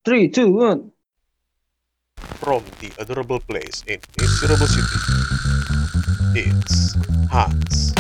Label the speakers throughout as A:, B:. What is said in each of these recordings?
A: Three, two, one.
B: From the adorable place in miserable city, it's Hans.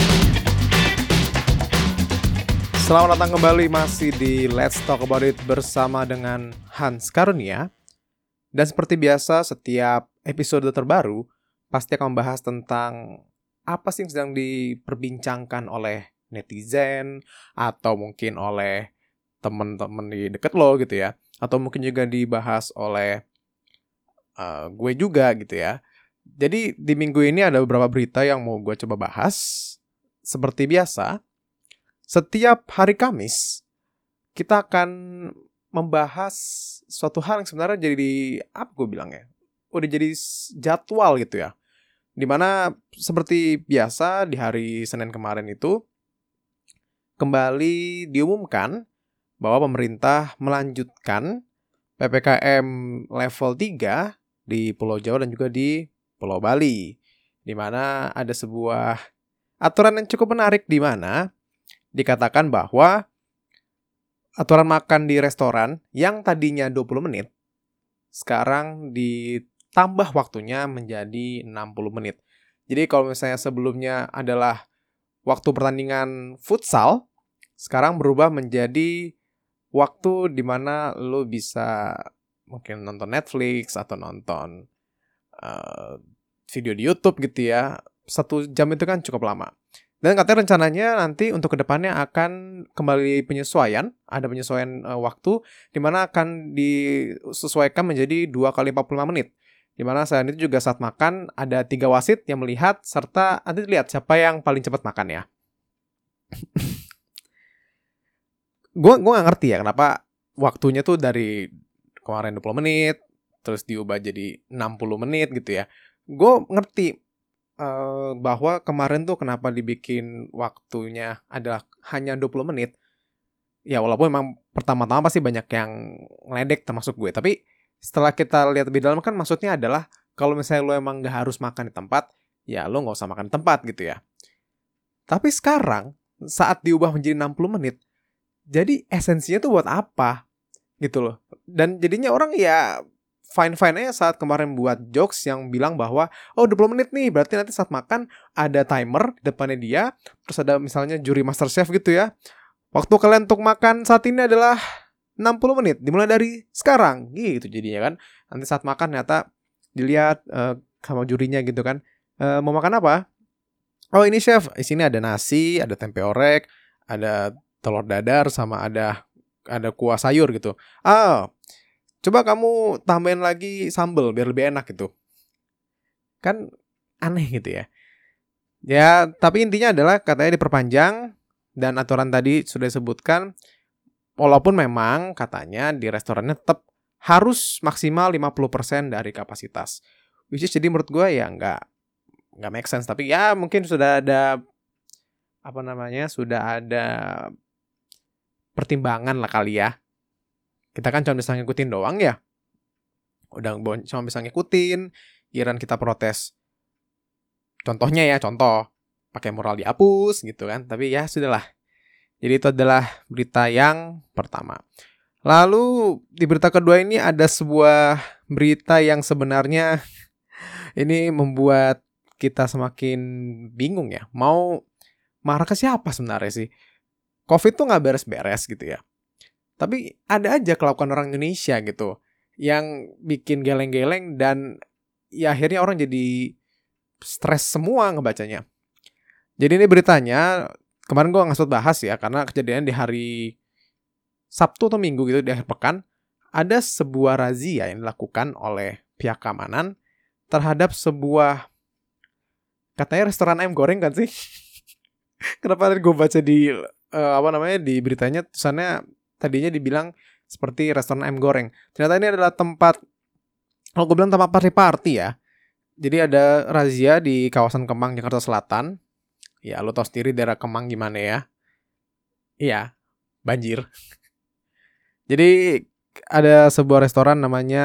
C: Selamat datang kembali masih di Let's Talk About It bersama dengan Hans Karunia. Dan seperti biasa, setiap episode terbaru pasti akan membahas tentang apa sih yang sedang diperbincangkan oleh netizen atau mungkin oleh teman-teman di deket lo gitu ya. Atau mungkin juga dibahas oleh gue juga gitu ya. Jadi di minggu ini ada beberapa berita yang mau gue coba bahas. Seperti biasa, setiap hari Kamis, kita akan membahas suatu hal yang sebenarnya jadi, apa gue bilangnya, udah jadi jadwal gitu ya. Dimana seperti biasa di hari Senin kemarin itu, kembali diumumkan bahwa pemerintah melanjutkan PPKM level 3 di Pulau Jawa dan juga di Pulau Bali. Dimana ada sebuah aturan yang cukup menarik di mana dikatakan bahwa aturan makan di restoran yang tadinya 20 menit, sekarang ditambah waktunya menjadi 60 menit. Jadi kalau misalnya sebelumnya adalah waktu pertandingan futsal, sekarang berubah menjadi waktu di mana lo bisa mungkin nonton Netflix atau nonton video di YouTube gitu ya. 1 jam itu kan cukup lama. Dan katanya rencananya nanti untuk kedepannya akan kembali penyesuaian, ada penyesuaian waktu, di mana akan disesuaikan menjadi 2 kali 45 menit. Di mana selain itu juga saat makan ada 3 wasit yang melihat, serta nanti lihat siapa yang paling cepat makan ya. Gue gak ngerti ya kenapa waktunya tuh dari kemarin 20 menit, terus diubah jadi 60 menit gitu ya. Gue ngerti bahwa kemarin tuh kenapa dibikin waktunya adalah hanya 20 menit. Ya walaupun memang pertama-tama pasti banyak yang ngeledek termasuk gue. Tapi setelah kita lihat lebih dalam kan maksudnya adalah kalau misalnya lo emang gak harus makan di tempat, ya lo gak usah makan di tempat gitu ya. Tapi sekarang saat diubah menjadi 60 menit, jadi esensinya tuh buat apa? Gitu loh. Dan jadinya orang ya fine-fine aja saat kemarin buat jokes yang bilang bahwa 20 menit nih, berarti nanti saat makan ada timer di depannya dia, terus ada misalnya juri master chef gitu ya. Waktu kalian untuk makan saat ini adalah 60 menit, dimulai dari sekarang gitu jadinya kan. Nanti saat makan ternyata dilihat sama jurinya gitu kan. Mau makan apa? Oh ini chef, di sini ada nasi, ada tempe orek, ada telur dadar sama ada kuah sayur gitu. Coba kamu tambahin lagi sambal biar lebih enak gitu. Kan aneh gitu ya. Ya, tapi intinya adalah katanya diperpanjang dan aturan tadi sudah disebutkan, walaupun memang katanya di restorannya tetap harus maksimal 50% dari kapasitas. Which is jadi menurut gue ya nggak make sense. Tapi ya mungkin sudah ada sudah ada pertimbangan lah kali ya. Kita kan cuma bisa ngikutin doang ya. Udah cuma bisa ngikutin, giliran kita protes. Contohnya ya, pakai moral dihapus gitu kan. Tapi ya sudahlah. Jadi itu adalah berita yang pertama. Lalu di berita kedua ini ada sebuah berita yang sebenarnya ini membuat kita semakin bingung ya. Mau marah ke siapa sebenarnya sih? Covid tuh gak beres-beres gitu ya. Tapi ada aja kelakuan orang Indonesia gitu yang bikin geleng-geleng dan ya akhirnya orang jadi stres semua ngebacanya. Jadi ini beritanya, kemarin gue nggak sempat bahas ya, karena kejadian di hari Sabtu atau Minggu gitu, di akhir pekan, ada sebuah razia yang dilakukan oleh pihak keamanan terhadap sebuah, katanya restoran ayam goreng kan sih? Kenapa tadi gue baca di di beritanya tulisannya tadinya dibilang seperti restoran ayam goreng. Ternyata ini adalah tempat, kalau gue bilang tempat party ya. Jadi ada razia di kawasan Kemang, Jakarta Selatan. Ya, lo tau sendiri daerah Kemang gimana ya. Iya, banjir. Jadi ada sebuah restoran namanya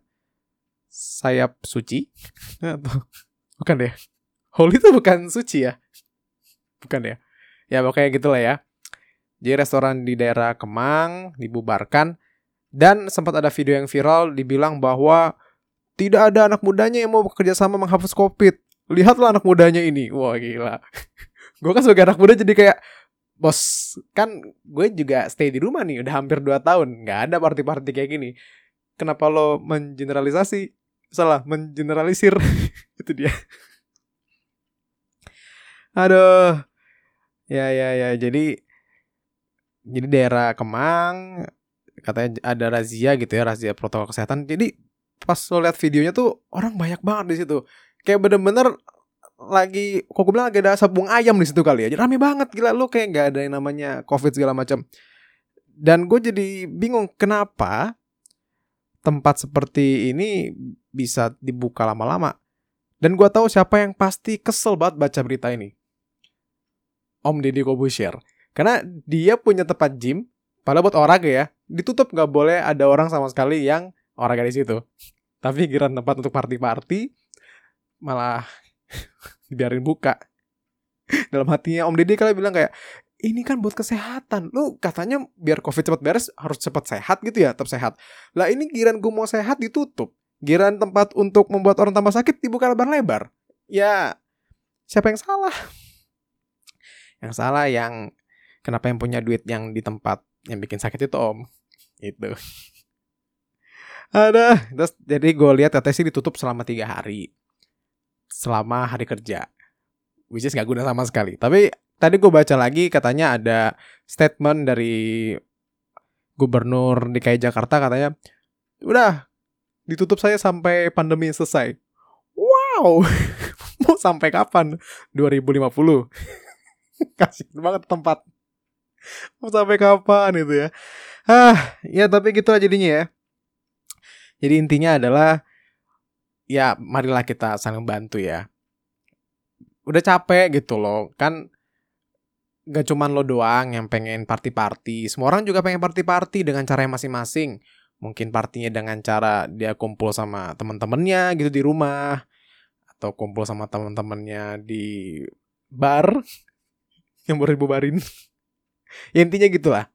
C: Sayap Suci. Bukan deh. Holy itu bukan suci ya? Bukan ya? Ya pokoknya gitulah ya. Jadi restoran di daerah Kemang dibubarkan. Dan sempat ada video yang viral dibilang bahwa tidak ada anak mudanya yang mau bekerja sama menghapus COVID. Lihatlah anak mudanya ini. Wah gila. Gue kan sebagai anak muda jadi kayak, bos, kan gue juga stay di rumah nih udah hampir 2 tahun. Gak ada party-party kayak gini. Kenapa lo mengeneralisasi? Salah, mengeneralisir. Itu dia. Aduh. Ya. Jadi daerah Kemang katanya ada razia gitu ya, razia protokol kesehatan. Jadi pas lo lihat videonya tuh orang banyak banget di situ. Kayak bener-bener lagi, kok gue bilang lagi ada sabung ayam di situ kali ya. Jadi rame banget, gila, lo kayak nggak ada yang namanya COVID segala macam. Dan gue jadi bingung kenapa tempat seperti ini bisa dibuka lama-lama. Dan gue tahu siapa yang pasti kesel banget baca berita ini. Om Deddy Corbuzier. Karena dia punya tempat gym, padahal buat olahraga ya, ditutup, nggak boleh ada orang sama sekali yang olahraga di situ. Tapi kira tempat untuk party-party malah dibiarin buka. Dalam hatinya Om Deddy kali bilang kayak, ini kan buat kesehatan. Lu katanya biar COVID cepat beres harus cepat sehat gitu ya, tetap sehat. Lah ini giran gue mau sehat ditutup. Giran tempat untuk membuat orang tambah sakit dibuka lebar-lebar. Ya, siapa yang salah? Yang salah yang kenapa yang punya duit yang di tempat yang bikin sakit itu Om. Itu. Ada. Terus jadi gue lihat katanya sih ditutup selama 3 hari. Selama hari kerja. Which is gak guna sama sekali. Tapi tadi gue baca lagi katanya ada statement dari Gubernur DKI Jakarta katanya, udah ditutup saya sampai pandemi selesai. Wow. Mau sampai kapan? 2050. Kasih banget tempat. Mau sampai kapan itu ya? Ya tapi gitu lah jadinya ya. Jadi intinya adalah, ya marilah kita saling bantu ya. Udah capek gitu loh. Kan gak cuman lo doang yang pengen party-party. Semua orang juga pengen party-party dengan cara yang masing-masing. Mungkin partinya dengan cara dia kumpul sama teman-temannya gitu di rumah. Atau kumpul sama teman-temannya di bar yang baru dibubarin. Ya intinya gitulah.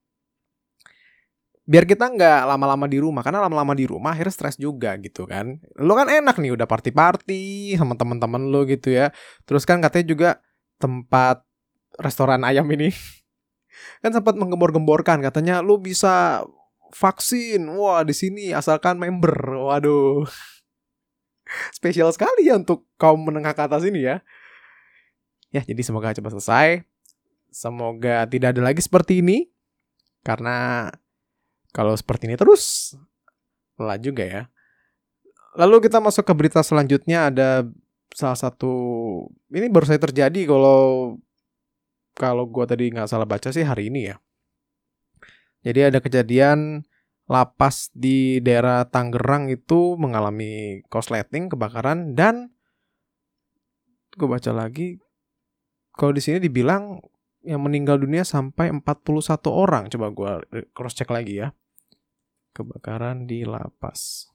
C: Biar kita nggak lama-lama di rumah. Karena lama-lama di rumah akhirnya stres juga gitu kan. Lo kan enak nih udah party-party sama teman-teman lo gitu ya. Terus kan katanya juga tempat restoran ayam ini kan sempat menggembor-gemborkan katanya lo bisa vaksin. Wah di sini asalkan member. Waduh. Spesial sekali ya untuk kaum menengah ke atas ini ya. Ya jadi semoga cepat selesai. Semoga tidak ada lagi seperti ini. Karena kalau seperti ini terus lelah juga ya. Lalu kita masuk ke berita selanjutnya. Ada salah satu, ini baru saja terjadi kalau gue tadi nggak salah baca sih hari ini ya. Jadi ada kejadian lapas di daerah Tangerang itu mengalami korsleting, kebakaran, dan gue baca lagi kalau di sini dibilang yang meninggal dunia sampai 41 orang. Coba gue cross check lagi ya. Kebakaran di lapas.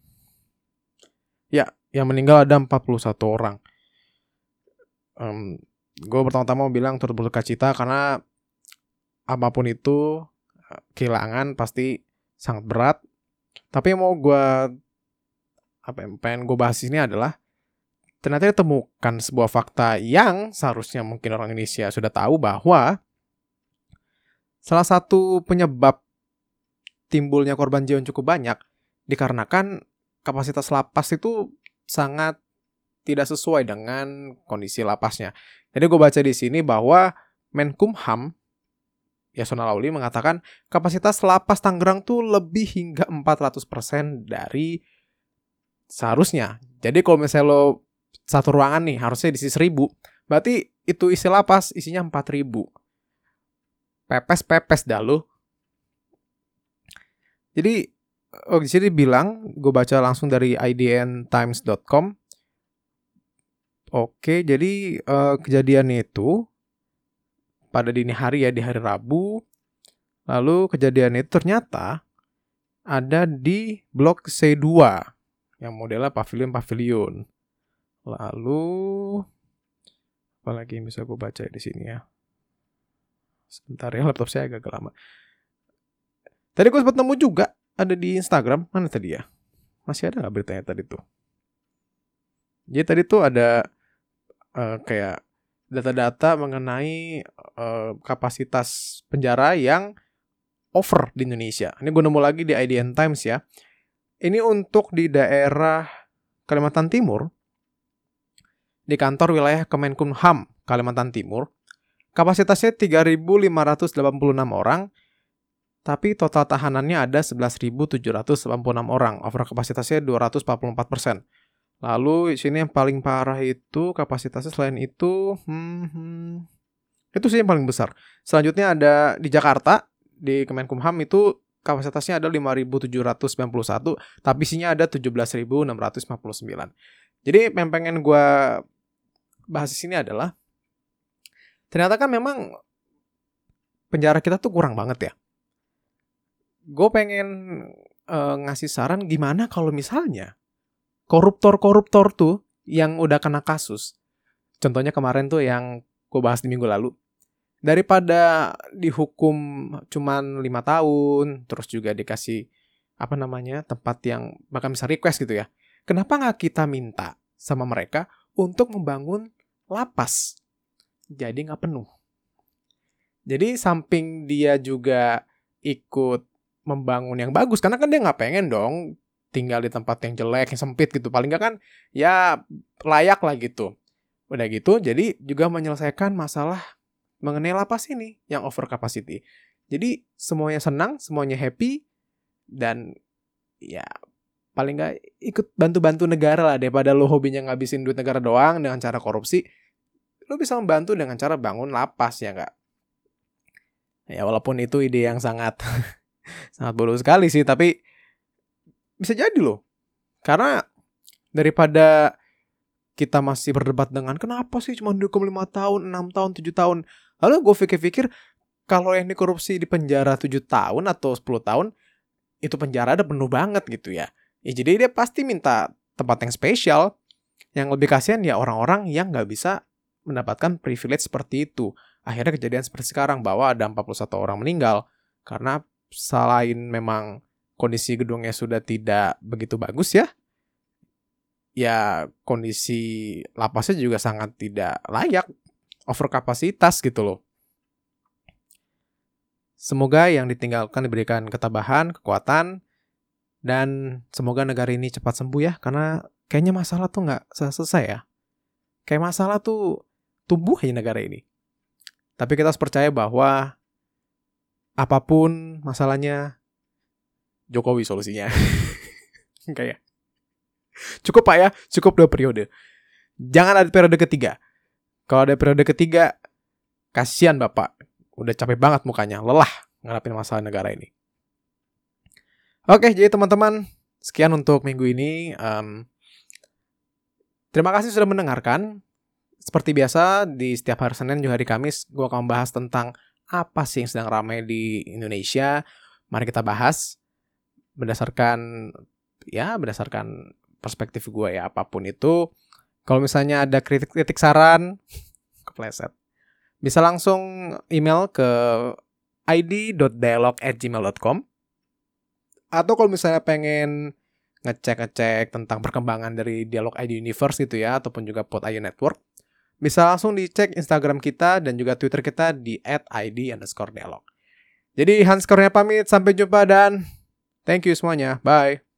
C: Ya, yang meninggal ada 41 orang. Gue pertama-tama bilang turut berduka cita karena apapun itu kehilangan pasti sangat berat. Tapi yang mau pengen gue bahas ini adalah ternyata ditemukan sebuah fakta yang seharusnya mungkin orang Indonesia sudah tahu, bahwa salah satu penyebab timbulnya korban jiwa yang cukup banyak dikarenakan kapasitas lapas itu sangat tidak sesuai dengan kondisi lapasnya. Jadi gue baca di sini bahwa Menkumham Yasona Lauli mengatakan kapasitas lapas Tangerang tuh lebih hingga 400% dari seharusnya. Jadi kalau misalnya lo satu ruangan nih harusnya diisi 1.000, berarti itu isi lapas isinya 4.000. Pepes dah lo. Jadi di sini bilang, gue baca langsung dari idntimes.com. Oke, jadi kejadian itu pada dini hari ya, di hari Rabu. Lalu kejadian itu ternyata ada di blok C2 yang modelnya pavilion. Lalu apalagi yang bisa gue baca di sini ya. Sebentar ya, laptop saya agak lama. Tadi gue sempat nemu juga ada di Instagram. Mana tadi ya? Masih ada nggak beritanya tadi tuh? Jadi tadi tuh ada kayak data-data mengenai kapasitas penjara yang over di Indonesia. Ini gue nemu lagi di IDN Times ya. Ini untuk di daerah Kalimantan Timur, di kantor wilayah Kemenkumham Kalimantan Timur, kapasitasnya 3.586 orang, tapi total tahanannya ada 11.786 orang. Over kapasitasnya 244%. Lalu sini yang paling parah itu kapasitasnya selain itu, itu sih yang paling besar. Selanjutnya ada di Jakarta, di Kemenkumham itu kapasitasnya ada 5.791, tapi isinya ada 17.659. Jadi yang pengen gue bahas di sini adalah, ternyata kan memang penjara kita tuh kurang banget ya. Gue pengen ngasih saran gimana kalau misalnya koruptor-koruptor tuh yang udah kena kasus. Contohnya kemarin tuh yang gue bahas di minggu lalu. Daripada dihukum cuman 5 tahun, terus juga dikasih tempat yang bahkan bisa request gitu ya. Kenapa nggak kita minta sama mereka untuk membangun lapas? Jadi nggak penuh. Jadi samping dia juga ikut membangun yang bagus, karena kan dia nggak pengen dong tinggal di tempat yang jelek, yang sempit gitu. Paling nggak kan ya layak lah gitu. Udah gitu, jadi juga menyelesaikan masalah mengenai lapas ini yang over capacity. Jadi semuanya senang, semuanya happy, dan ya paling nggak ikut bantu-bantu negara lah, daripada lo hobinya ngabisin duit negara doang dengan cara korupsi. Lo bisa membantu dengan cara bangun lapas, ya nggak? Ya walaupun itu ide yang sangat sangat bodoh sekali sih, tapi bisa jadi loh. Karena daripada kita masih berdebat dengan kenapa sih cuma dihukum 5 tahun, 6 tahun, 7 tahun. Lalu gue pikir-pikir, kalau yang dikorupsi di penjara 7 tahun atau 10 tahun, itu penjara ada penuh banget gitu ya. Ya jadi dia pasti minta tempat yang spesial. Yang lebih kasihan ya orang-orang yang nggak bisa mendapatkan privilege seperti itu. Akhirnya kejadian seperti sekarang, bahwa ada 41 orang meninggal. Karena selain memang kondisi gedungnya sudah tidak begitu bagus ya kondisi lapasnya juga sangat tidak layak, over kapasitas gitu loh. Semoga yang ditinggalkan diberikan ketabahan, kekuatan, dan semoga negara ini cepat sembuh ya, karena kayaknya masalah tuh nggak selesai ya. Kayak masalah tuh tumbuh aja negara ini. Tapi kita harus percaya bahwa apapun masalahnya, Jokowi solusinya. Kayak cukup Pak ya, cukup 2 periode. Jangan ada periode ketiga. Kalau ada periode ketiga, kasihan Bapak. Udah capek banget mukanya, lelah ngadapin masalah negara ini. Oke, jadi teman-teman, sekian untuk minggu ini. Terima kasih sudah mendengarkan. Seperti biasa, di setiap hari Senin juga hari Kamis, gue akan membahas tentang apa sih yang sedang ramai di Indonesia. Mari kita bahas berdasarkan perspektif gue ya, apapun itu. Kalau misalnya ada kritik saran, kepleset, bisa langsung email ke id.dialog@gmail.com. Atau kalau misalnya pengen ngecek tentang perkembangan dari Dialog ID Universe gitu ya, ataupun juga Pod.io Network, bisa langsung dicek Instagram kita dan juga Twitter kita di @id_dialog. Jadi Hans Kurnia pamit, sampai jumpa dan thank you semuanya, bye.